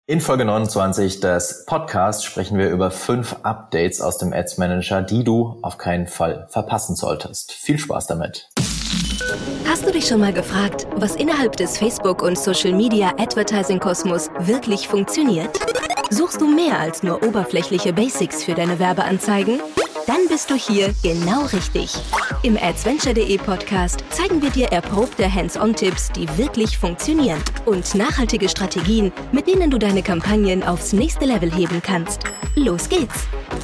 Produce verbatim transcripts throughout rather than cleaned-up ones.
In Folge neunundzwanzig des Podcasts sprechen wir über fünf Updates aus dem Ads Manager, die du auf keinen Fall verpassen solltest. Viel Spaß damit! Hast du dich schon mal gefragt, was innerhalb des Facebook- und Social-Media-Advertising-Kosmos wirklich funktioniert? Suchst du mehr als nur oberflächliche Basics für deine Werbeanzeigen? Dann bist du hier genau richtig. Im Adsventure punkt de Podcast zeigen wir dir erprobte Hands-on-Tipps, die wirklich funktionieren und nachhaltige Strategien, mit denen du deine Kampagnen aufs nächste Level heben kannst. Los geht's!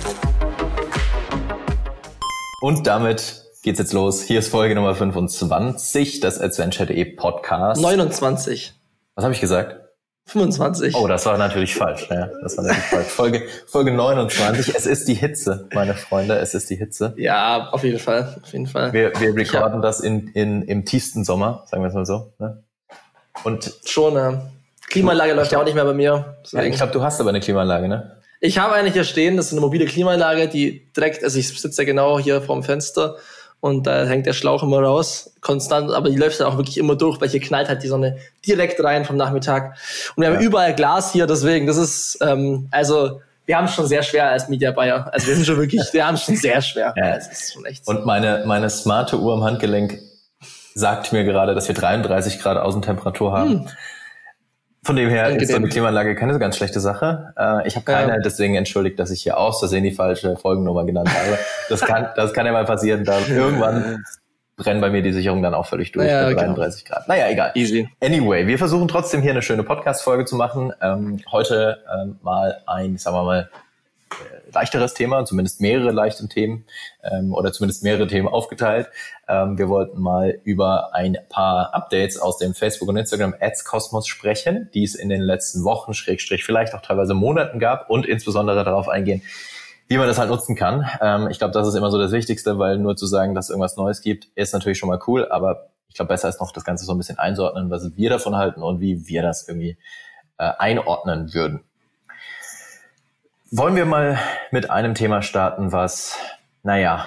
Und damit geht's jetzt los. Hier ist Folge Nummer fünfundzwanzig des Adsventure punkt de Podcast. neunundzwanzig. Was habe ich gesagt? fünfundzwanzig. Oh, das war natürlich falsch. Ja, das war natürlich falsch. Folge, Folge neunundzwanzig. Es ist die Hitze, meine Freunde. Es ist die Hitze. Ja, auf jeden Fall. Auf jeden Fall. Wir, wir recorden ja. das in, in, im tiefsten Sommer, sagen wir es mal so. Ne? Und schon, äh, Klimaanlage läuft ja auch nicht mehr bei mir. Ja, ich glaube, du hast aber eine Klimaanlage, ne? Ich habe eine hier stehen. Das ist eine mobile Klimaanlage, die direkt, also ich sitze ja genau hier vorm Fenster. Und da hängt der Schlauch immer raus, konstant, aber die läuft dann auch wirklich immer durch, weil hier knallt halt die Sonne direkt rein vom Nachmittag. Und wir haben ja. überall Glas hier, deswegen, das ist, ähm, also, wir haben es schon sehr schwer als Media Buyer. Also wir sind schon wirklich, wir haben es schon sehr schwer. Ja. Das ist schon echt so. Und meine, meine smarte Uhr am Handgelenk sagt mir gerade, dass wir dreiunddreißig Grad Außentemperatur haben. Hm. Von dem her Angenehm. Ist so eine Klimaanlage keine ganz schlechte Sache. Äh, ich habe keine, ja. deswegen entschuldigt, dass ich hier aus Versehen die falsche Folgennummer genannt habe. Das kann, das kann ja mal passieren, da irgendwann brennen bei mir die Sicherungen dann auch völlig durch ja, bei dreiunddreißig genau. Grad. Naja, egal. Easy. Anyway, wir versuchen trotzdem hier eine schöne Podcast-Folge zu machen. Ähm, heute ähm, mal ein, sagen wir mal, äh, leichteres Thema, zumindest mehrere leichte Themen ähm, oder zumindest mehrere Themen aufgeteilt. Ähm, wir wollten mal über ein paar Updates aus dem Facebook- und Instagram-Ads-Kosmos sprechen, die es in den letzten Wochen, Schrägstrich, vielleicht auch teilweise Monaten gab und insbesondere darauf eingehen, wie man das halt nutzen kann. Ähm, ich glaube, das ist immer so das Wichtigste, weil nur zu sagen, dass es irgendwas Neues gibt, ist natürlich schon mal cool, aber ich glaube, besser ist noch, das Ganze so ein bisschen einzuordnen, was wir davon halten und wie wir das irgendwie äh, einordnen würden. Wollen wir mal mit einem Thema starten, was, naja,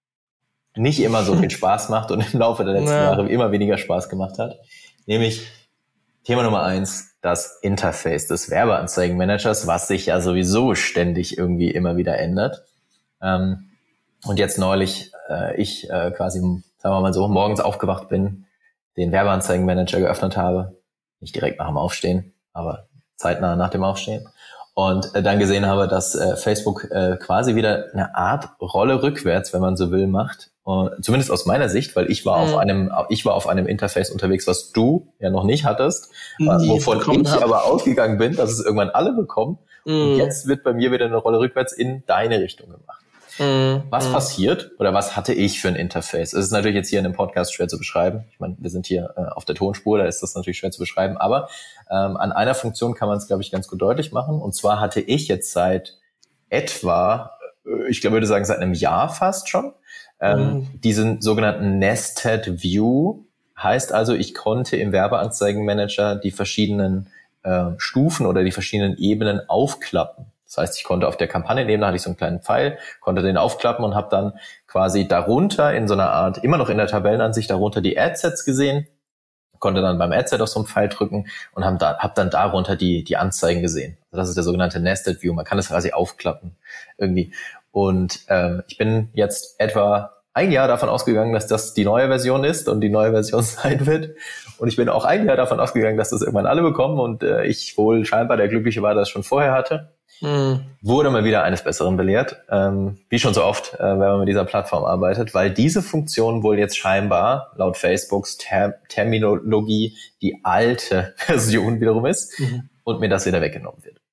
nicht immer so viel Spaß macht und im Laufe der letzten ja. Jahre immer weniger Spaß gemacht hat. Nämlich Thema Nummer eins, das Interface des Werbeanzeigenmanagers, was sich ja sowieso ständig irgendwie immer wieder ändert. Ähm, und jetzt neulich äh, ich äh, quasi, sagen wir mal so, morgens aufgewacht bin, den Werbeanzeigenmanager geöffnet habe, nicht direkt nach dem Aufstehen, aber zeitnah nach dem Aufstehen. Und äh, dann gesehen habe, dass äh, Facebook äh, quasi wieder eine Art Rolle rückwärts, wenn man so will, macht. Und zumindest aus meiner Sicht, weil ich war mhm. auf einem, ich war auf einem Interface unterwegs, was du ja noch nicht hattest, Nie wovon ich hab. aber ausgegangen bin, dass es irgendwann alle bekommen. Mhm. Und jetzt wird bei mir wieder eine Rolle rückwärts in deine Richtung gemacht. Mhm. Was passiert oder was hatte ich für ein Interface? Es ist natürlich jetzt hier in dem Podcast schwer zu beschreiben. Ich meine, wir sind hier äh, auf der Tonspur, da ist das natürlich schwer zu beschreiben. Aber ähm, an einer Funktion kann man es, glaube ich, ganz gut deutlich machen. Und zwar hatte ich jetzt seit etwa, ich glaube, würde sagen, seit einem Jahr fast schon, ähm, mhm. diesen sogenannten Nested View. Heißt also, ich konnte im Werbeanzeigenmanager die verschiedenen äh, Stufen oder die verschiedenen Ebenen aufklappen. Das heißt, ich konnte auf der Kampagnenebene, hatte ich so einen kleinen Pfeil, konnte den aufklappen und habe dann quasi darunter in so einer Art, immer noch in der Tabellenansicht, darunter die Adsets gesehen, konnte dann beim Adset auf so einen Pfeil drücken und habe da, hab dann darunter die die Anzeigen gesehen. Also das ist der sogenannte Nested View. Man kann das quasi aufklappen irgendwie. Und ähm, ich bin jetzt etwa ein Jahr davon ausgegangen, dass das die neue Version ist und die neue Version sein wird. Und ich bin auch ein Jahr davon ausgegangen, dass das irgendwann alle bekommen und äh, ich wohl scheinbar der Glückliche war, das schon vorher hatte. Mhm. Wurde mal wieder eines Besseren belehrt, ähm, wie schon so oft, äh, wenn man mit dieser Plattform arbeitet, weil diese Funktion wohl jetzt scheinbar laut Facebooks Ter- Terminologie die alte Version wiederum ist mhm. und mir das wieder weggenommen wird.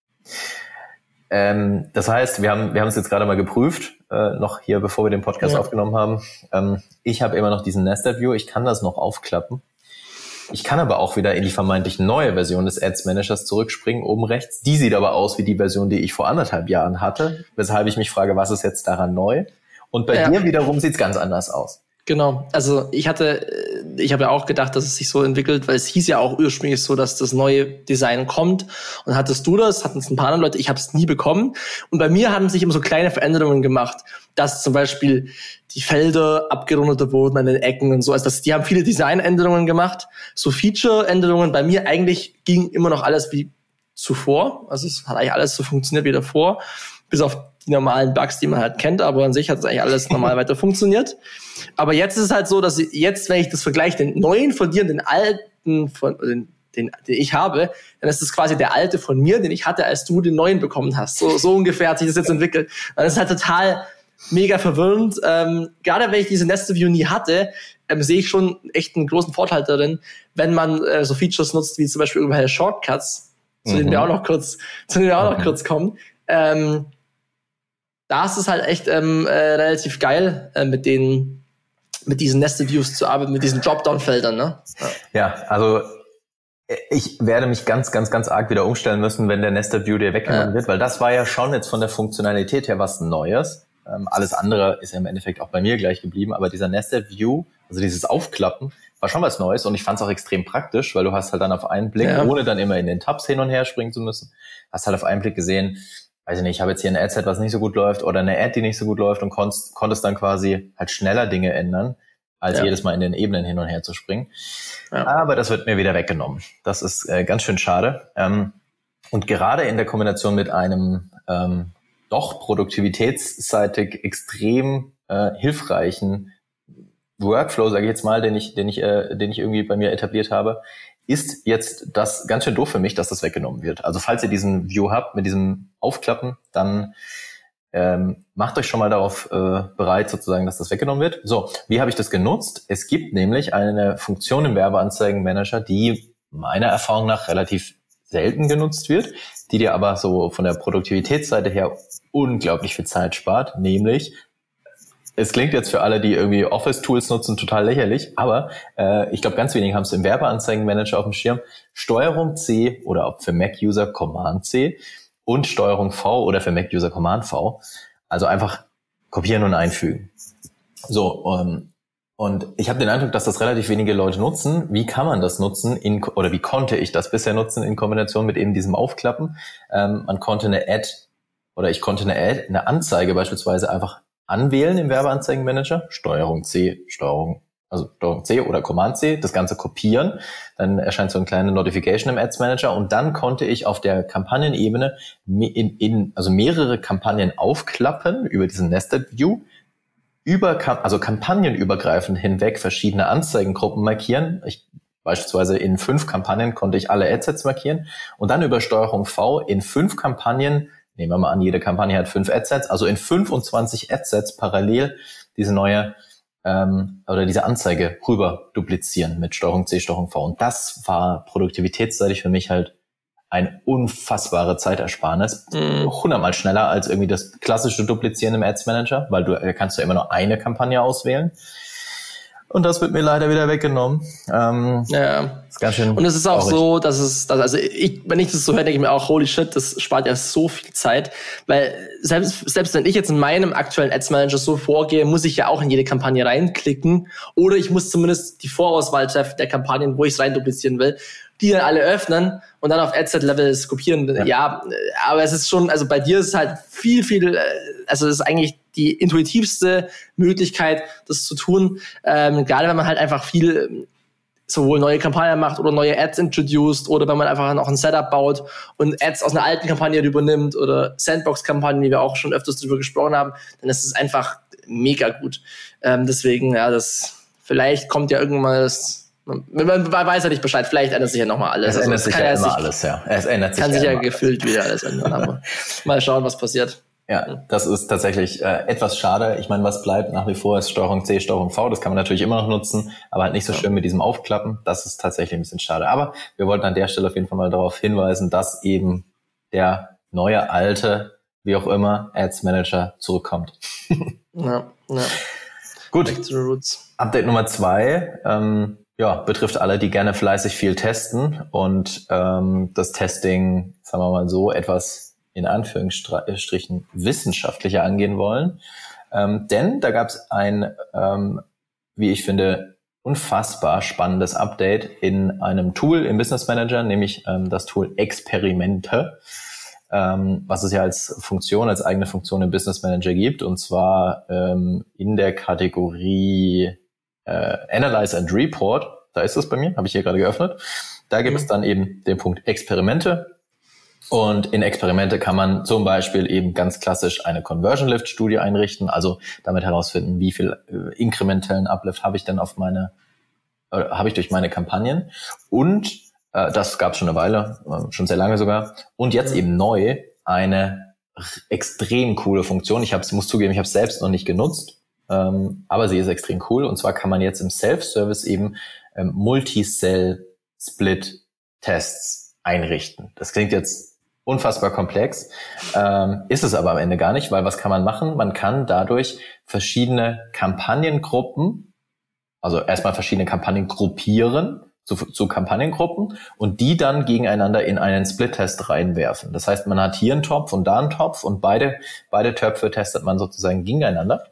Ähm, das heißt, wir haben wir haben es jetzt gerade mal geprüft, äh, noch hier, bevor wir den Podcast ja. aufgenommen haben. Ähm, ich habe immer noch diesen Nested View, ich kann das noch aufklappen. Ich kann aber auch wieder in die vermeintlich neue Version des Ads Managers zurückspringen, oben rechts. Die sieht aber aus wie die Version, die ich vor anderthalb Jahren hatte, weshalb ich mich frage, was ist jetzt daran neu? Und bei ja. dir wiederum sieht's ganz anders aus. Genau, also ich hatte, ich habe ja auch gedacht, dass es sich so entwickelt, weil es hieß ja auch ursprünglich so, dass das neue Design kommt. Und hattest du das, hatten es ein paar andere Leute, ich habe es nie bekommen. Und bei mir haben sich immer so kleine Veränderungen gemacht, dass zum Beispiel die Felder abgerundeter wurden an den Ecken und so. Also das, die haben viele Designänderungen gemacht, so Feature-Änderungen. Bei mir eigentlich ging immer noch alles wie zuvor. Also es hat eigentlich alles so funktioniert wie davor, bis auf die normalen Bugs, die man halt kennt, aber an sich hat es eigentlich alles normal weiter funktioniert. Aber jetzt ist es halt so, dass ich, jetzt, wenn ich das vergleiche, den neuen von dir und den alten von den, den, den ich habe, dann ist das quasi der alte von mir, den ich hatte, als du den neuen bekommen hast. So, so ungefähr hat sich das jetzt entwickelt. Und das ist halt total mega verwirrend. Ähm, gerade wenn ich diese Nested View nie hatte, ähm, sehe ich schon echt einen großen Vorteil darin, wenn man äh, so Features nutzt, wie zum Beispiel irgendwelche Shortcuts, zu mhm. denen wir auch noch kurz, zu denen wir auch noch mhm. kurz kommen. Ähm, da ist es halt echt ähm, äh, relativ geil, äh, mit den, mit diesen Nested Views zu arbeiten, mit diesen Dropdown-Feldern, ne? Ja. ja, also ich werde mich ganz, ganz, ganz arg wieder umstellen müssen, wenn der Nested View dir weggenommen ja. wird, weil das war ja schon jetzt von der Funktionalität her was Neues. Ähm, alles andere ist ja im Endeffekt auch bei mir gleich geblieben, aber dieser Nested View, also dieses Aufklappen, war schon was Neues und ich fand es auch extrem praktisch, weil du hast halt dann auf einen Blick, ja. ohne dann immer in den Tabs hin und her springen zu müssen, hast halt auf einen Blick gesehen, weiß ich nicht, ich habe jetzt hier ein Adset, was nicht so gut läuft oder eine Ad, die nicht so gut läuft und konntest, konntest dann quasi halt schneller Dinge ändern, als ja. jedes Mal in den Ebenen hin und her zu springen. Ja. Aber das wird mir wieder weggenommen. Das ist äh, ganz schön schade. Ähm, und gerade in der Kombination mit einem ähm, doch produktivitätsseitig extrem äh, hilfreichen Workflow, sage ich jetzt mal, den ich, den ich, äh, den ich irgendwie bei mir etabliert habe, ist jetzt das ganz schön doof für mich, dass das weggenommen wird. Also falls ihr diesen View habt mit diesem Aufklappen, dann ähm, macht euch schon mal darauf äh, bereit, sozusagen, dass das weggenommen wird. So, wie habe ich das genutzt? Es gibt nämlich eine Funktion im Werbeanzeigenmanager, die meiner Erfahrung nach relativ selten genutzt wird, die dir aber so von der Produktivitätsseite her unglaublich viel Zeit spart, nämlich es klingt jetzt für alle, die irgendwie Office-Tools nutzen, total lächerlich, aber äh, ich glaube, ganz wenige haben es im Werbeanzeigenmanager auf dem Schirm. Steuerung C oder auch für Mac-User Command C und Steuerung V oder für Mac-User Command V. Also einfach kopieren und einfügen. So, um, und ich habe den Eindruck, dass das relativ wenige Leute nutzen. Wie kann man das nutzen in, oder wie konnte ich das bisher nutzen in Kombination mit eben diesem Aufklappen? Ähm, man konnte eine Ad oder ich konnte eine Ad, eine Anzeige beispielsweise einfach anwählen im Werbeanzeigenmanager, Steuerung C, Steuerung, also Steuerung C oder Command C, das Ganze kopieren, dann erscheint so eine kleine Notification im Ads Manager und dann konnte ich auf der Kampagnenebene in, in, also mehrere Kampagnen aufklappen über diesen Nested View, über, also kampagnenübergreifend hinweg verschiedene Anzeigengruppen markieren. Ich, beispielsweise in fünf Kampagnen konnte ich alle Adsets markieren und dann über Steuerung V in fünf Kampagnen, nehmen wir mal an, jede Kampagne hat fünf Adsets, also in fünfundzwanzig Adsets parallel diese neue ähm, oder diese Anzeige rüber duplizieren mit Steuerung C, Steuerung V. Und das war produktivitätsseitig für mich halt eine unfassbare Zeitersparnis. Mm. hundertmal schneller als irgendwie das klassische Duplizieren im Ads Manager, weil du äh, kannst ja immer nur eine Kampagne auswählen. Und das wird mir leider wieder weggenommen. Ähm, ja. Ist ganz schön und es ist auch traurig. so, dass es, dass, also ich, wenn ich das so höre, denke ich mir auch, holy shit, das spart ja so viel Zeit. Weil selbst, selbst wenn ich jetzt in meinem aktuellen Ads Manager so vorgehe, muss ich ja auch in jede Kampagne reinklicken. Oder ich muss zumindest die Vorauswahl treffen der Kampagnen, wo ich es rein duplizieren will, die dann alle öffnen und dann auf Adset-Level kopieren. Ja. ja, aber es ist schon, also bei dir ist es halt viel, viel, also es ist eigentlich die intuitivste Möglichkeit, das zu tun. Ähm, gerade wenn man halt einfach viel sowohl neue Kampagnen macht oder neue Ads introduced oder wenn man einfach noch ein Setup baut und Ads aus einer alten Kampagne übernimmt oder Sandbox-Kampagnen, wie wir auch schon öfters drüber gesprochen haben, dann ist es einfach mega gut. Ähm, deswegen, ja, das vielleicht kommt ja irgendwann mal das, man, man weiß ja nicht Bescheid, vielleicht ändert sich ja nochmal alles. Es ändert also, sich ja immer sich, alles, ja. Es ändert sich kann ja sich ja immer gefühlt alles. wieder alles ändern, aber mal schauen, was passiert. Ja, das ist tatsächlich äh, etwas schade. Ich meine, was bleibt nach wie vor ist Steuerung C, Steuerung V. Das kann man natürlich immer noch nutzen, aber halt nicht so schön mit diesem Aufklappen. Das ist tatsächlich ein bisschen schade. Aber wir wollten an der Stelle auf jeden Fall mal darauf hinweisen, dass eben der neue, alte, wie auch immer, Ads Manager zurückkommt. ja, ja. Gut. Back to the roots. Update Nummer zwei. Ähm, ja, betrifft alle, die gerne fleißig viel testen und ähm, das Testing, sagen wir mal so, etwas in Anführungsstrichen wissenschaftlicher angehen wollen. Ähm, denn da gab es ein, ähm, wie ich finde, unfassbar spannendes Update in einem Tool im Business Manager, nämlich ähm, das Tool Experimente, ähm, was es ja als Funktion, als eigene Funktion im Business Manager gibt, und zwar ähm, in der Kategorie äh, Analyze and Report. Da ist es bei mir, habe ich hier gerade geöffnet. Da gibt es dann eben den Punkt Experimente. Und in Experimente kann man zum Beispiel eben ganz klassisch eine Conversion-Lift-Studie einrichten, also damit herausfinden, wie viel äh, inkrementellen Uplift habe ich denn auf meine, äh, habe ich durch meine Kampagnen. Und äh, das gab es schon eine Weile, äh, schon sehr lange sogar. Und jetzt eben neu eine r- extrem coole Funktion. Ich hab's, muss zugeben, ich habe es selbst noch nicht genutzt, ähm, aber sie ist extrem cool. Und zwar kann man jetzt im Self-Service eben ähm, Multi-Cell-Split-Tests einrichten. Das klingt jetzt unfassbar komplex, ähm, ist es aber am Ende gar nicht, weil was kann man machen? Man kann dadurch verschiedene Kampagnengruppen, also erstmal verschiedene Kampagnen gruppieren zu, zu Kampagnengruppen und die dann gegeneinander in einen Split-Test reinwerfen. Das heißt, man hat hier einen Topf und da einen Topf und beide, beide Töpfe testet man sozusagen gegeneinander.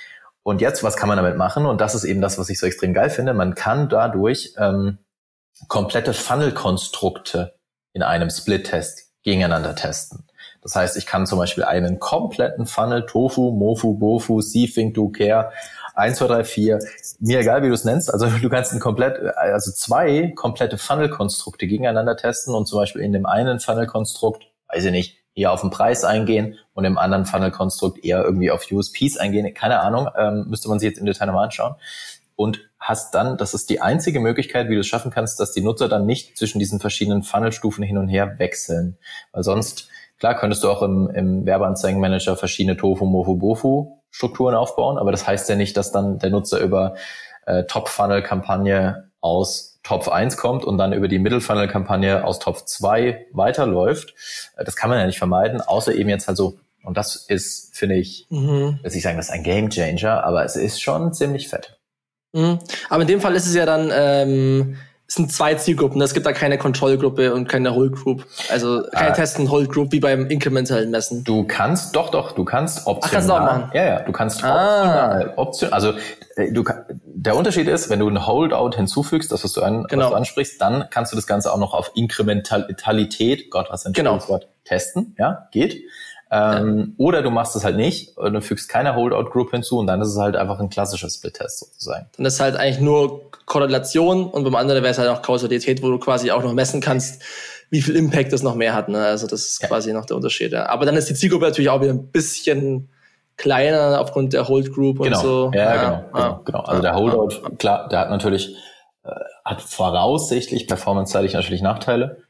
Und jetzt, was kann man damit machen? Und das ist eben das, was ich so extrem geil finde. Man kann dadurch ähm, komplette Funnel-Konstrukte in einem Split-Test gegeneinander testen. Das heißt, ich kann zum Beispiel einen kompletten Funnel, Tofu, Mofu, Bofu, See, Think, Do, Care, eins, zwei, drei, vier, mir egal, wie du es nennst, also du kannst ein komplett, also zwei komplette Funnel-Konstrukte gegeneinander testen und zum Beispiel in dem einen Funnel-Konstrukt, weiß ich nicht, eher auf den Preis eingehen und im anderen Funnel-Konstrukt eher irgendwie auf U S Ps eingehen, keine Ahnung, ähm, müsste man sich jetzt im Detail nochmal anschauen. Und hast dann, das ist die einzige Möglichkeit, wie du es schaffen kannst, dass die Nutzer dann nicht zwischen diesen verschiedenen Funnelstufen hin und her wechseln. Weil sonst, klar, könntest du auch im, im Werbeanzeigenmanager verschiedene Tofu, Mofu, Bofu Strukturen aufbauen, aber das heißt ja nicht, dass dann der Nutzer über äh, Top-Funnel-Kampagne aus Top eins kommt und dann über die Middle-Funnel-Kampagne aus Top zwei weiterläuft. Äh, das kann man ja nicht vermeiden, außer eben jetzt halt so, und das ist, finde ich, mhm. will ich sagen, das ist ein Game-Changer, aber es ist schon ziemlich fett. Mhm. Aber in dem Fall ist es ja dann, ähm, es sind zwei Zielgruppen. Es gibt da keine Kontrollgruppe und keine Whole Group. Also keine äh, Testen Whole Group wie beim inkrementellen Messen. Du kannst, doch, doch, du kannst optional. Ach, kannst du auch machen? Ja, ja, du kannst optional, ah. option, also du, der Unterschied ist, wenn du ein Holdout hinzufügst, das, was du, an, genau. was du ansprichst, dann kannst du das Ganze auch noch auf Inkrementalität, Gott, was ein genau. schönes Wort, testen, ja, geht. Ähm, ja. Oder du machst es halt nicht und du fügst keine Holdout-Group hinzu und dann ist es halt einfach ein klassischer Split-Test sozusagen. Dann ist halt eigentlich nur Korrelation und beim anderen wäre es halt auch Kausalität, wo du quasi auch noch messen kannst, wie viel Impact das noch mehr hat. Ne? Also das ist ja. quasi noch der Unterschied. Ja. Aber dann ist die Zielgruppe natürlich auch wieder ein bisschen kleiner aufgrund der Hold-Group genau. und so. Ja, ja. Genau, genau, ah. genau. Also der Holdout, ah. klar, der hat natürlich, äh, hat voraussichtlich performanceseitig natürlich Nachteile.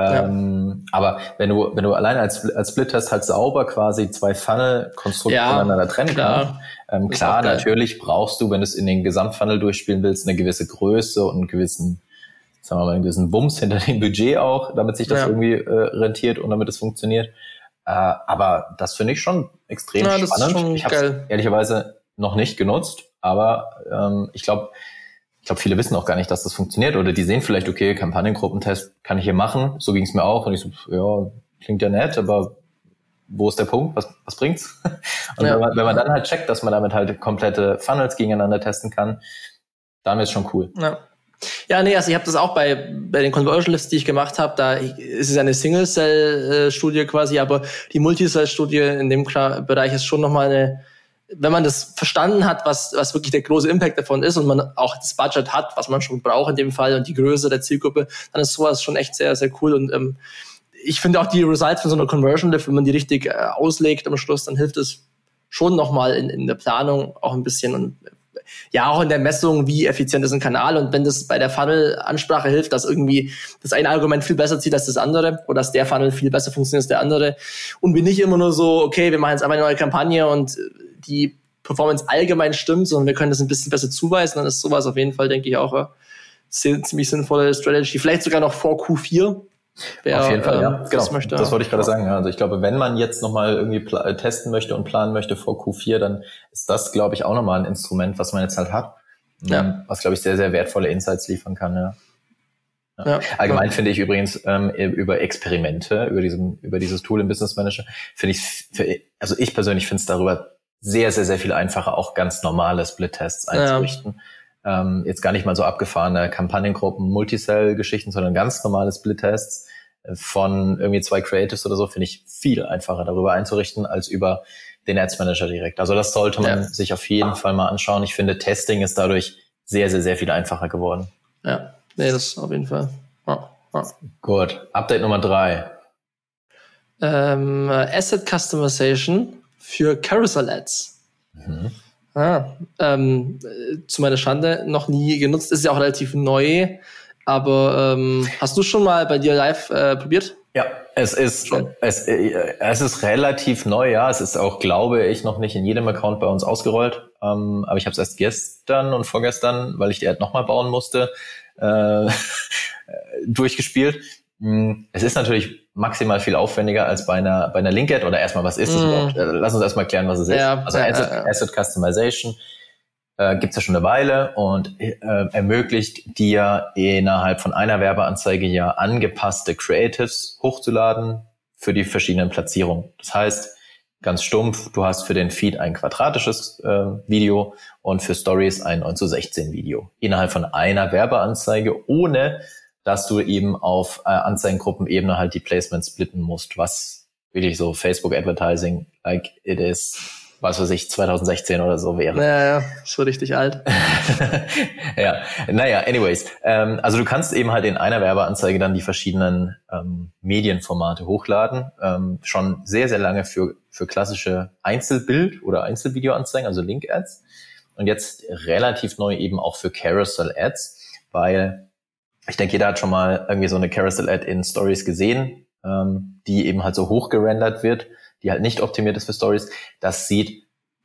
Ähm, ja. Aber wenn du, wenn du alleine als, als Split-Test halt sauber quasi zwei Funnel-Konstrukte ja, voneinander trennen kannst, ähm, klar, natürlich brauchst du, wenn du es in den Gesamtfunnel durchspielen willst, eine gewisse Größe und einen gewissen, sagen wir mal, einen gewissen Bums hinter dem Budget auch, damit sich das ja. irgendwie äh, rentiert und damit es funktioniert. Äh, aber das finde ich schon extrem ja, spannend. Ich habe es ehrlicherweise noch nicht genutzt, aber ähm, ich glaube, Ich glaube, viele wissen auch gar nicht, dass das funktioniert. Oder die sehen vielleicht, okay, Kampagnengruppentest kann ich hier machen. So ging es mir auch. Und ich so, ja, klingt ja nett, aber wo ist der Punkt? Was, was bringt's? Und ja. wenn, man, wenn man dann halt checkt, dass man damit halt komplette Funnels gegeneinander testen kann, dann ist schon cool. Ja. Ja, nee, also ich habe das auch bei bei den Conversion Lifts, die ich gemacht habe, da ist es eine Single-Cell-Studie quasi, aber die Multi-Cell-Studie in dem Bereich ist schon nochmal eine, wenn man das verstanden hat, was was wirklich der große Impact davon ist und man auch das Budget hat, was man schon braucht in dem Fall und die Größe der Zielgruppe, dann ist sowas schon echt sehr, sehr cool. Und ähm, ich finde auch die Results von so einer Conversion Lift, wenn man die richtig äh, auslegt am Schluss, dann hilft es schon nochmal in, in der Planung auch ein bisschen und ja, auch in der Messung, wie effizient ist ein Kanal. Und wenn das bei der Funnel-Ansprache hilft, dass irgendwie das eine Argument viel besser zieht als das andere oder dass der Funnel viel besser funktioniert als der andere und wir nicht immer nur so, okay, wir machen jetzt einfach eine neue Kampagne und die Performance allgemein stimmt, sondern wir können das ein bisschen besser zuweisen, dann ist sowas auf jeden Fall, denke ich, auch eine ziemlich sinnvolle Strategy. Vielleicht sogar noch vor Q vier. Wer, auf jeden Fall, ähm, ja. Genau. Das, möchte, das wollte ich gerade ja. sagen. Also ich glaube, wenn man jetzt nochmal irgendwie pl- testen möchte und planen möchte vor Q vier, dann ist das, glaube ich, auch nochmal ein Instrument, was man jetzt halt hat. Ja. Was, glaube ich, sehr, sehr wertvolle Insights liefern kann. Ja. Ja. Ja, allgemein ja. finde ich übrigens ähm, über Experimente, über diesem, über dieses Tool im Business Manager, finde ich, für, also ich persönlich finde es darüber sehr, sehr, sehr viel einfacher, auch ganz normale Split-Tests einzurichten. Ja. Ähm, jetzt gar nicht mal so abgefahrene Kampagnengruppen, Multicell-Geschichten, sondern ganz normale Split-Tests von irgendwie zwei Creatives oder so, finde ich viel einfacher darüber einzurichten, als über den Ads Manager direkt. Also das sollte man ja. sich auf jeden Fall mal anschauen. Ich finde, Testing ist dadurch sehr, sehr, sehr viel einfacher geworden. Ja, nee, das auf jeden Fall. Ja. Ja. Gut, Update Nummer drei. ähm, Asset Customization für Carousel Ads. Mhm. Ah, ähm, zu meiner Schande noch nie genutzt. Ist ja auch relativ neu. Aber ähm, hast du schon mal bei dir live äh, probiert? Ja, es ist es, es ist relativ neu, ja. Es ist auch, glaube ich, noch nicht in jedem Account bei uns ausgerollt. Ähm, aber ich habe es erst gestern und vorgestern, weil ich die Ad nochmal bauen musste, äh, durchgespielt. Es ist natürlich maximal viel aufwendiger als bei einer bei einer Link-Ad oder erstmal, was ist das mm. überhaupt? Lass uns erstmal klären, was es ja, ist. Also ja, Asset, ja. Asset Customization äh, gibt's ja schon eine Weile und äh, ermöglicht dir innerhalb von einer Werbeanzeige ja angepasste Creatives hochzuladen für die verschiedenen Platzierungen. Das heißt, ganz stumpf, du hast für den Feed ein quadratisches äh, Video und für Stories ein neun zu sechzehn Video innerhalb von einer Werbeanzeige, ohne dass du eben auf äh, Anzeigengruppenebene halt die Placements splitten musst, was wirklich so Facebook Advertising like it is, was weiß ich, zwanzig sechzehn oder so wäre. Ja, ja, so richtig alt. Ja, naja, anyways. Ähm, also du kannst eben halt in einer Werbeanzeige dann die verschiedenen ähm, Medienformate hochladen. Ähm, schon sehr, sehr lange für für klassische Einzelbild- oder Einzelvideoanzeigen, also Link-Ads. Und jetzt relativ neu eben auch für Carousel-Ads, weil ich denke, jeder hat schon mal irgendwie so eine Carousel-Ad in Stories gesehen, ähm, die eben halt so hochgerendert wird, die halt nicht optimiert ist für Stories. Das sieht,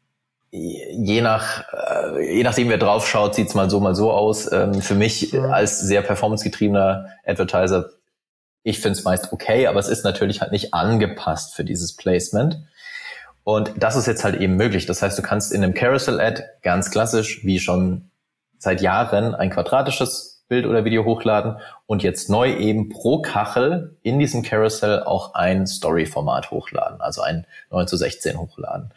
je nach, äh, je nachdem wer drauf schaut, sieht's mal so, mal so aus. Ähm, für mich ja. als sehr performancegetriebener Advertiser, ich finde es meist okay, aber es ist natürlich halt nicht angepasst für dieses Placement. Und das ist jetzt halt eben möglich. Das heißt, du kannst in einem Carousel-Ad ganz klassisch, wie schon seit Jahren, ein quadratisches Bild oder Video hochladen und jetzt neu eben pro Kachel in diesem Carousel auch ein Story-Format hochladen, also ein neun zu sechzehn hochladen.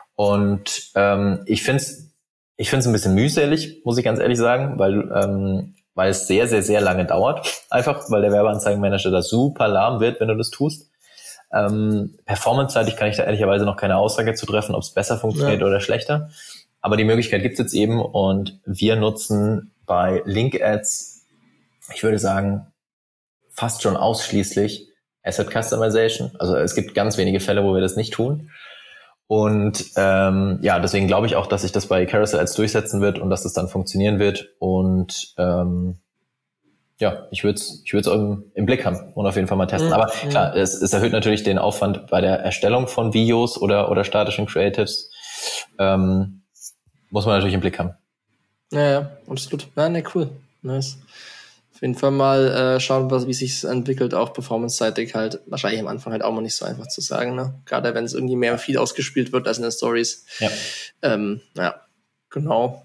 Und ähm, ich finde es ich find's ein bisschen mühselig, muss ich ganz ehrlich sagen, weil ähm, weil es sehr, sehr, sehr lange dauert. Einfach, weil der Werbeanzeigenmanager da super lahm wird, wenn du das tust. Ähm, Performance-seitig kann ich da ehrlicherweise noch keine Aussage zu treffen, ob es besser funktioniert ja. oder schlechter. Aber die Möglichkeit gibt es jetzt eben und wir nutzen bei Link-Ads, ich würde sagen, fast schon ausschließlich Asset Customization. Also es gibt ganz wenige Fälle, wo wir das nicht tun. Und ähm, ja, deswegen glaube ich auch, dass sich das bei Carousel Ads durchsetzen wird und dass das dann funktionieren wird. Und ähm, ja, ich würde es ich würde es im, im Blick haben und auf jeden Fall mal testen. Mhm. Aber klar, es, es erhöht natürlich den Aufwand bei der Erstellung von Videos oder oder statischen Creatives. Ähm, muss man natürlich im Blick haben. Ja, ja, absolut. Ja, ne, cool. Nice. Auf jeden Fall mal äh, schauen, was, wie sich's entwickelt, auch performance-seitig halt. Wahrscheinlich am Anfang halt auch mal nicht so einfach zu sagen, ne? Gerade wenn es irgendwie mehr im Feed ausgespielt wird als in den Stories. Ja. Ähm, ja, genau.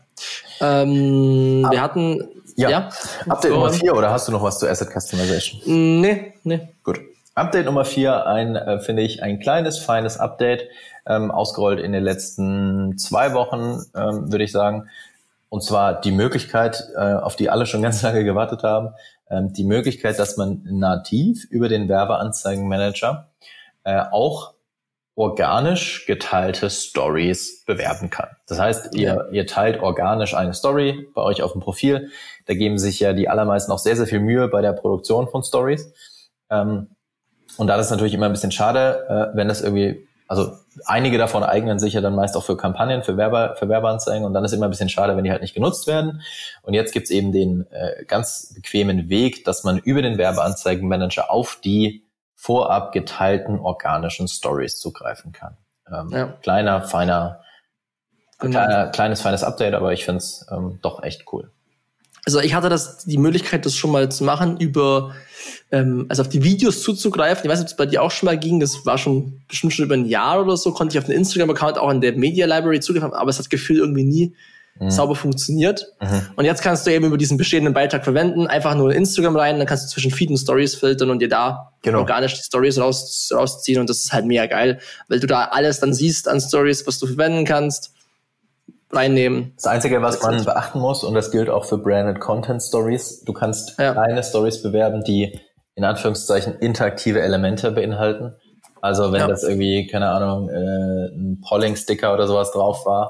Ähm, Ab, wir hatten, ja. ja. Update Nummer vier, oder hast du noch was zu Asset Customization? Nee, nee. Gut. Update Nummer vier, ein, äh, finde ich, ein kleines, feines Update, ähm, ausgerollt in den letzten zwei Wochen, ähm, würde ich sagen. Und zwar die Möglichkeit, äh, auf die alle schon ganz lange gewartet haben, ähm, die Möglichkeit, dass man nativ über den Werbeanzeigenmanager äh, auch organisch geteilte Stories bewerben kann. Das heißt, ihr, ja. ihr teilt organisch eine Story bei euch auf dem Profil. Da geben sich ja die allermeisten auch sehr, sehr viel Mühe bei der Produktion von Stories. Ähm, und da ist es natürlich immer ein bisschen schade, äh, wenn das irgendwie, also einige davon eignen sich ja dann meist auch für Kampagnen, für, Werbe, für Werbeanzeigen und dann ist immer ein bisschen schade, wenn die halt nicht genutzt werden. Und jetzt gibt's eben den äh, ganz bequemen Weg, dass man über den Werbeanzeigenmanager auf die vorab geteilten organischen Stories zugreifen kann. Ähm, ja. Kleiner, feiner, genau. kleiner, kleines, feines Update, aber ich find's ähm, doch echt cool. Also ich hatte das die Möglichkeit, das schon mal zu machen, über ähm, also auf die Videos zuzugreifen. Ich weiß nicht, ob es bei dir auch schon mal ging. Das war schon bestimmt schon über ein Jahr oder so, konnte ich auf den Instagram-Account auch in der Media Library zugreifen, aber es hat gefühlt irgendwie nie mhm. sauber funktioniert. Mhm. Und jetzt kannst du eben über diesen bestehenden Beitrag verwenden, einfach nur in Instagram rein, dann kannst du zwischen Feed und Stories filtern und dir da genau. organisch die Stories raus, rausziehen und das ist halt mega geil, weil du da alles dann siehst an Stories, was du verwenden kannst. Reinnehmen. Das Einzige, was man beachten muss, und das gilt auch für Branded Content Stories, du kannst ja. kleine Stories bewerben, die in Anführungszeichen interaktive Elemente beinhalten. Also wenn ja. das irgendwie, keine Ahnung, äh, ein Polling-Sticker oder sowas drauf war,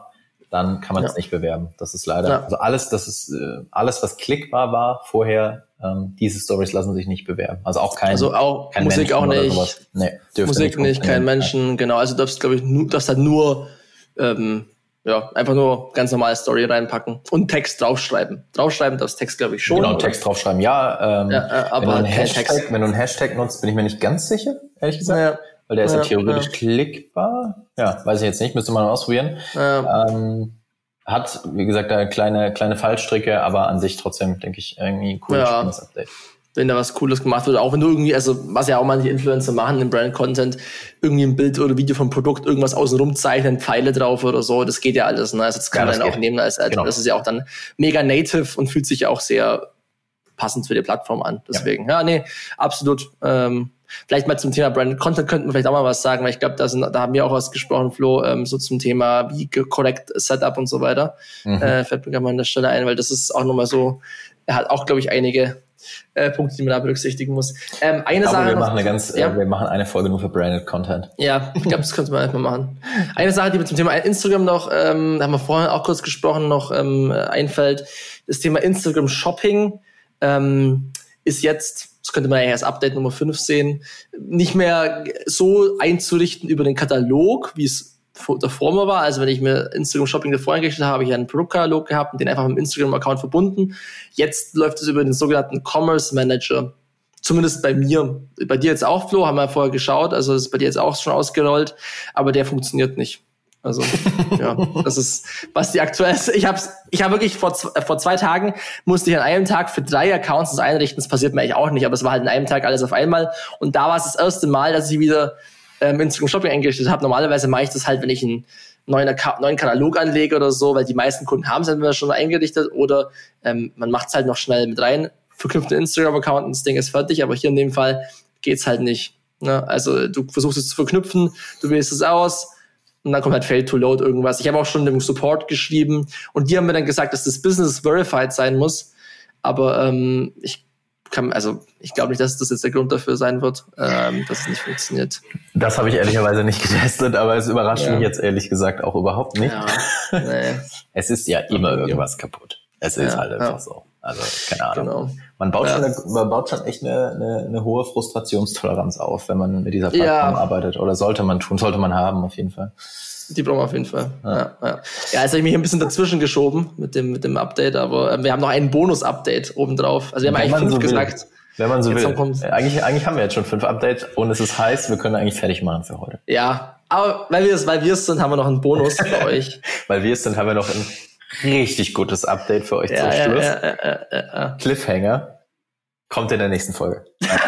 dann kann man es ja. nicht bewerben. Das ist leider, ja. also alles, das ist äh, alles, was klickbar war vorher, ähm, diese Stories lassen sich nicht bewerben. Also auch kein, also auch kein Musik Menschen auch oder nicht, sowas. Nee, Musik nicht, kein Menschen, genau. Also du darfst, glaube ich, nur, darfst halt nur ähm, ja, einfach nur ganz normale Story reinpacken und Text draufschreiben. Draufschreiben darfst Text, glaube ich, schon. Genau, oder? Text draufschreiben, ja. Ähm, ja äh, aber wenn, du einen kein Hashtag, Text. wenn du einen Hashtag nutzt, bin ich mir nicht ganz sicher, ehrlich gesagt. Ja. Weil der ist ja, ja theoretisch ja. klickbar. Ja, weiß ich jetzt nicht, müsste man mal ausprobieren. Ja. Ähm, hat, wie gesagt, da kleine, kleine Fallstricke, aber an sich trotzdem, denke ich, irgendwie ein cooles ja. Update. Wenn da was Cooles gemacht wird, auch wenn du irgendwie, also was ja auch manche Influencer machen im Brand-Content, irgendwie ein Bild oder Video vom Produkt, irgendwas außenrum zeichnen, Pfeile drauf oder so, das geht ja alles. Ne? Also das kann ja, das man dann geht. auch nehmen, als, als genau. Das ist ja auch dann mega native und fühlt sich ja auch sehr passend für die Plattform an. Deswegen, ja, ja nee, absolut. Ähm, vielleicht mal zum Thema Brand-Content könnten wir vielleicht auch mal was sagen, weil ich glaube, da, sind, da haben wir auch was gesprochen, Flo, ähm, so zum Thema wie korrekt Setup und so weiter. Mhm. Äh, fällt mir gerade mal an der Stelle ein, weil das ist auch nochmal so, er hat auch, glaube ich, einige Äh, Punkte, die man da berücksichtigen muss. Ähm, eine ich glaube, Sache wir noch, machen eine ganz, ja? äh, wir machen eine Folge nur für Branded Content. Ja, ich glaube, das könnte man einfach machen. Eine Sache, die mir zum Thema Instagram noch, ähm, da haben wir vorhin auch kurz gesprochen, noch ähm, einfällt, das Thema Instagram Shopping ähm, ist jetzt, das könnte man ja erst Update Nummer fünf sehen, nicht mehr so einzurichten über den Katalog, wie es davor mal war. Also wenn ich mir Instagram Shopping davor eingerichtet habe, habe ich einen Produktkatalog gehabt und den einfach mit dem Instagram-Account verbunden. Jetzt läuft es über den sogenannten Commerce Manager. Zumindest bei mir. Bei dir jetzt auch, Flo, haben wir vorher geschaut. Also das ist bei dir jetzt auch schon ausgerollt. Aber der funktioniert nicht. Also, ja, das ist, was die aktuell ist. Ich habe ich hab wirklich vor, äh, vor zwei Tagen musste ich an einem Tag für drei Accounts das einrichten. Das passiert mir eigentlich auch nicht, aber es war halt an einem Tag alles auf einmal. Und da war es das erste Mal, dass ich wieder ähm, Instagram Shopping eingerichtet habe. Normalerweise mache ich das halt, wenn ich einen neuen, Account, neuen Katalog anlege oder so, weil die meisten Kunden haben es entweder schon eingerichtet oder ähm, man macht es halt noch schnell mit rein, verknüpft den Instagram-Account und das Ding ist fertig. Aber hier in dem Fall geht's halt nicht. Ne? Also du versuchst es zu verknüpfen, du wählst es aus, und dann kommt halt Fail to Load irgendwas. Ich habe auch schon dem Support geschrieben und die haben mir dann gesagt, dass das Business verified sein muss. Aber ähm, ich kann, also ich glaube nicht, dass das jetzt der Grund dafür sein wird, ähm, dass es nicht funktioniert. Das habe ich ehrlicherweise nicht getestet, aber es überrascht ja. mich jetzt ehrlich gesagt auch überhaupt nicht. Ja, nee. Es ist ja immer irgendwas kaputt. Es ist ja, halt einfach ja. so. Also keine Ahnung. Genau. Man baut, ja. schon eine, man baut schon echt eine, eine, eine hohe Frustrationstoleranz auf, wenn man mit dieser Plattform ja. arbeitet. Oder sollte man tun, sollte man haben auf jeden Fall. Die brauchen wir auf jeden Fall. Ja, ja. ja. ja jetzt habe ich mich ein bisschen dazwischen geschoben mit dem, mit dem Update, aber äh, wir haben noch ein Bonus-Update obendrauf. Also wir haben wenn eigentlich fünf so gesagt. Will. Wenn man so jetzt will. Eigentlich, eigentlich haben wir jetzt schon fünf Updates und es ist heiß, wir können eigentlich fertig machen für heute. Ja, aber weil wir es, weil wir es sind, haben wir noch einen Bonus für euch. Weil wir es sind, haben wir noch ein richtig gutes Update für euch ja, zum Schluss. Ja, ja, ja, ja, ja. Cliffhanger kommt in der nächsten Folge.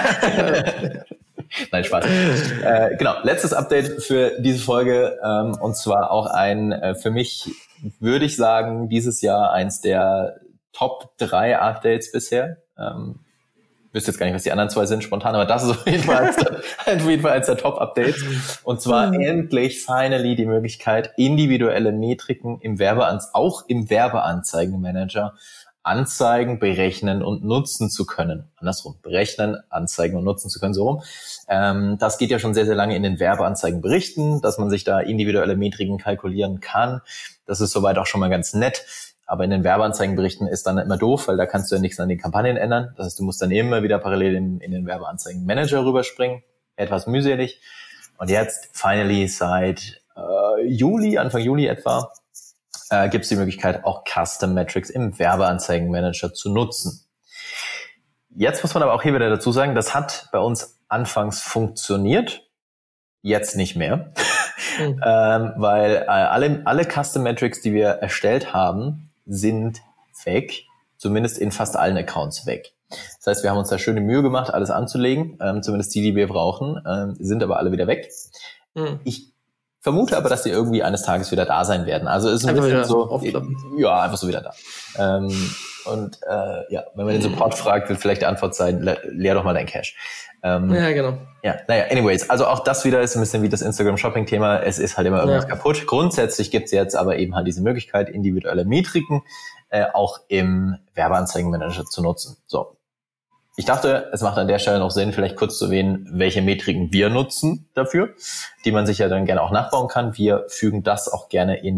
Nein, Spaß. Äh, genau, letztes Update für diese Folge ähm, und zwar auch ein, äh, für mich würde ich sagen, dieses Jahr eins der Top drei Updates bisher. Ähm, ich wüsste jetzt gar nicht, was die anderen zwei sind spontan, aber das ist auf jeden Fall eins der, auf jeden Fall eins der Top-Updates. Und zwar mhm. endlich, finally die Möglichkeit, individuelle Metriken im Werbeanz- auch im Werbeanzeigenmanager anzeigen, berechnen und nutzen zu können. Andersrum, berechnen, anzeigen und nutzen zu können, so rum. Ähm, das geht ja schon sehr, sehr lange in den Werbeanzeigenberichten, dass man sich da individuelle Metriken kalkulieren kann. Das ist soweit auch schon mal ganz nett. Aber in den Werbeanzeigenberichten ist dann immer doof, weil da kannst du ja nichts an den Kampagnen ändern. Das heißt, du musst dann immer wieder parallel in, in den Werbeanzeigenmanager rüberspringen. Etwas mühselig. Und jetzt, finally, seit äh, Juli, Anfang Juli etwa, äh, gibt es die Möglichkeit, auch Custom Metrics im Werbeanzeigenmanager zu nutzen. Jetzt muss man aber auch hier wieder dazu sagen, das hat bei uns anfangs funktioniert, jetzt nicht mehr. Mhm. ähm, weil äh, alle, alle Custom Metrics, die wir erstellt haben, sind weg, zumindest in fast allen Accounts weg. Das heißt, wir haben uns da schöne Mühe gemacht, alles anzulegen, ähm, zumindest die, die wir brauchen, ähm, sind aber alle wieder weg. Mhm. Ich vermute aber, dass die irgendwie eines Tages wieder da sein werden. Also ist ein einfach bisschen so, ja, einfach so wieder da. Ähm, und äh, ja, wenn man den Support fragt, wird vielleicht die Antwort sein, le- leer doch mal dein Cache. Ähm, ja, genau. Ja, naja, anyways, also auch das wieder ist ein bisschen wie das Instagram-Shopping-Thema. Es ist halt immer irgendwas ja. kaputt. Grundsätzlich gibt's jetzt aber eben halt diese Möglichkeit, individuelle Metriken äh, auch im Werbeanzeigenmanager zu nutzen. So. Ich dachte, es macht an der Stelle noch Sinn, vielleicht kurz zu erwähnen, welche Metriken wir nutzen dafür, die man sich ja dann gerne auch nachbauen kann. Wir fügen das auch gerne in die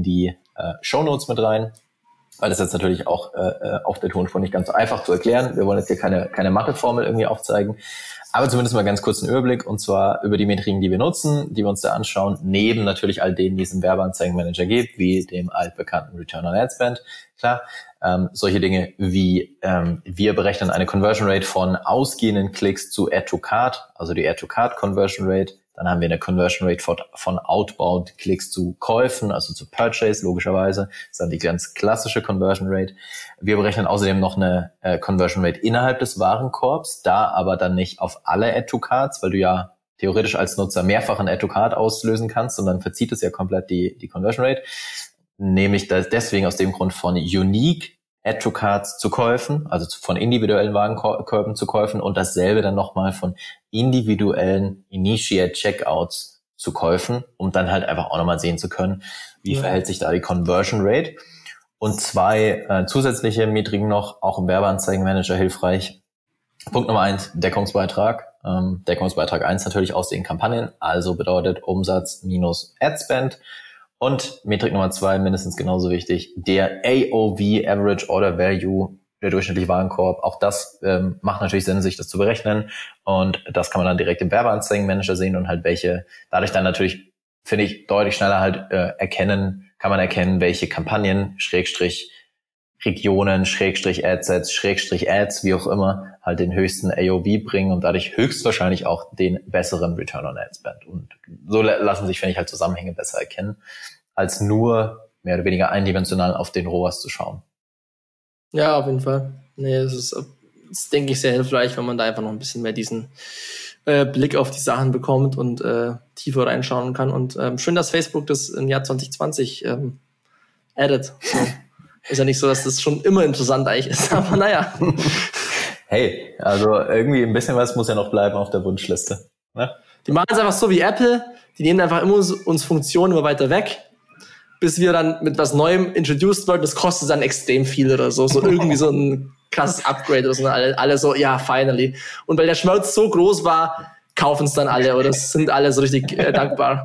äh, Shownotes mit rein, weil das jetzt natürlich auch äh, auf der Tonspur nicht ganz so einfach zu erklären. Wir wollen jetzt hier keine, keine Matheformel irgendwie aufzeigen, aber zumindest mal ganz kurz einen Überblick, und zwar über die Metriken, die wir nutzen, die wir uns da anschauen, neben natürlich all denen, die es im Werbeanzeigenmanager gibt, wie dem altbekannten Return on Ad Spend. Klar, ähm, solche Dinge wie ähm, wir berechnen eine Conversion Rate von ausgehenden Klicks zu Add to Cart, also die Add to Cart Conversion Rate. Dann haben wir eine Conversion Rate von, von Outbound Klicks zu Käufen, also zu Purchase logischerweise. Das ist dann die ganz klassische Conversion Rate. Wir berechnen außerdem noch eine äh, Conversion Rate innerhalb des Warenkorbs, da aber dann nicht auf alle Add to Carts, weil du ja theoretisch als Nutzer mehrfach ein Add to Cart auslösen kannst, und dann verzieht es ja komplett die, die Conversion Rate. Nämlich deswegen aus dem Grund von Unique Add-to-Carts zu Käufen, also von individuellen Warenkörben zu Käufen, und dasselbe dann nochmal von individuellen Initiate Checkouts zu Käufen, um dann halt einfach auch nochmal sehen zu können, wie ja. verhält sich da die Conversion Rate. Und zwei äh, zusätzliche Metriken noch, auch im Werbeanzeigenmanager hilfreich. Punkt Nummer eins, Deckungsbeitrag. Ähm, Deckungsbeitrag eins natürlich aus den Kampagnen, also bedeutet Umsatz minus Adspend. Und Metrik Nummer zwei, mindestens genauso wichtig, der A O V, Average Order Value, der durchschnittliche Warenkorb. Auch das ähm, macht natürlich Sinn, sich das zu berechnen. Und das kann man dann direkt im Werbeanzeigenmanager sehen und halt welche, dadurch dann natürlich, finde ich, deutlich schneller halt äh, erkennen, kann man erkennen, welche Kampagnen, Schrägstrich Regionen, Schrägstrich Adsets, Schrägstrich Ads, wie auch immer, halt den höchsten A O V bringen und dadurch höchstwahrscheinlich auch den besseren Return on Ad Spend. Und so lassen sich, finde ich, halt Zusammenhänge besser erkennen, als nur mehr oder weniger eindimensional auf den R O A S zu schauen. Ja, auf jeden Fall. Nee, das ist, das denke ich, sehr hilfreich, wenn man da einfach noch ein bisschen mehr diesen äh, Blick auf die Sachen bekommt und äh, tiefer reinschauen kann. Und ähm, schön, dass Facebook das im Jahr zwanzig zwanzig ähm, addet. So. Ist ja nicht so, dass das schon immer interessant eigentlich ist, aber naja. Hey, also irgendwie ein bisschen was muss ja noch bleiben auf der Wunschliste. Ne? Die machen es einfach so wie Apple, die nehmen einfach immer uns, uns Funktionen immer weiter weg, bis wir dann mit was Neuem introduced werden. Das kostet dann extrem viel oder so. So irgendwie so ein krasses Upgrade oder so. Alle, alle so, ja, finally. Und weil der Schmerz so groß war, kaufen es dann alle oder sind alle so richtig äh, dankbar.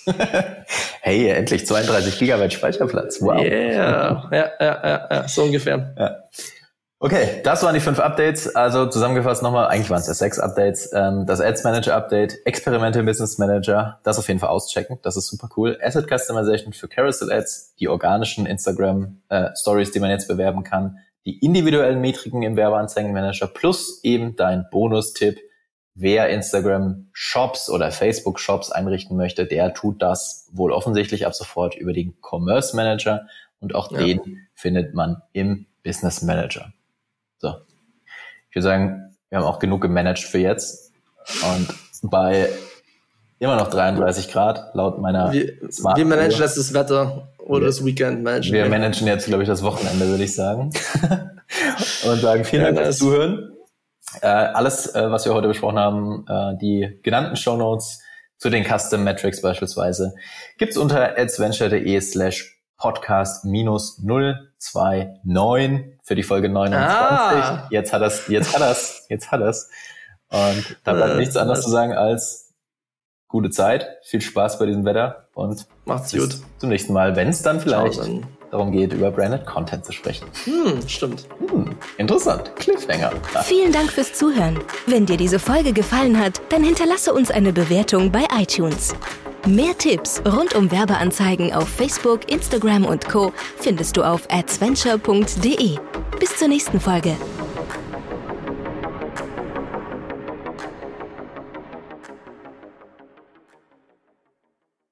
Hey, endlich zweiunddreißig Gigabyte Speicherplatz. Wow. Yeah. Ja, ja, ja, ja, so ungefähr. Ja. Okay, das waren die fünf Updates. Also zusammengefasst nochmal, eigentlich waren es ja sechs Updates. Das Ads Manager Update, Experimental Business Manager, das auf jeden Fall auschecken. Das ist super cool. Asset Customization für Carousel Ads, die organischen Instagram äh, Stories, die man jetzt bewerben kann, die individuellen Metriken im Werbeanzeigenmanager plus eben dein Bonustipp. Wer Instagram Shops oder Facebook Shops einrichten möchte, der tut das wohl offensichtlich ab sofort über den Commerce Manager, und auch ja. den findet man im Business Manager. So. Ich würde sagen, wir haben auch genug gemanagt für jetzt, und bei immer noch dreiunddreißig Grad laut meiner Wir, wir managen jetzt das Wetter oder wir, das Weekend managen. Wir managen jetzt, glaube ich, das Wochenende, würde ich sagen. Und sagen vielen Dank ja, fürs Zuhören. Äh, alles, äh, was wir heute besprochen haben, äh, die genannten Shownotes zu den Custom Metrics beispielsweise, gibt's unter adsventure.de slash podcast minus null zwei neun für die Folge neunundzwanzig. Ah. Jetzt hat das, jetzt hat das, jetzt hat das. Und da bleibt äh, nichts anderes zu sagen als gute Zeit, viel Spaß bei diesem Wetter und macht's gut. Zum nächsten Mal, wenn es dann vielleicht Ciao, dann. darum geht, über Branded Content zu sprechen. Hm, stimmt. Hm, interessant. Cliffhanger. Ja. Vielen Dank fürs Zuhören. Wenn dir diese Folge gefallen hat, dann hinterlasse uns eine Bewertung bei iTunes. Mehr Tipps rund um Werbeanzeigen auf Facebook, Instagram und Co. findest du auf adsventure punkt de. Bis zur nächsten Folge.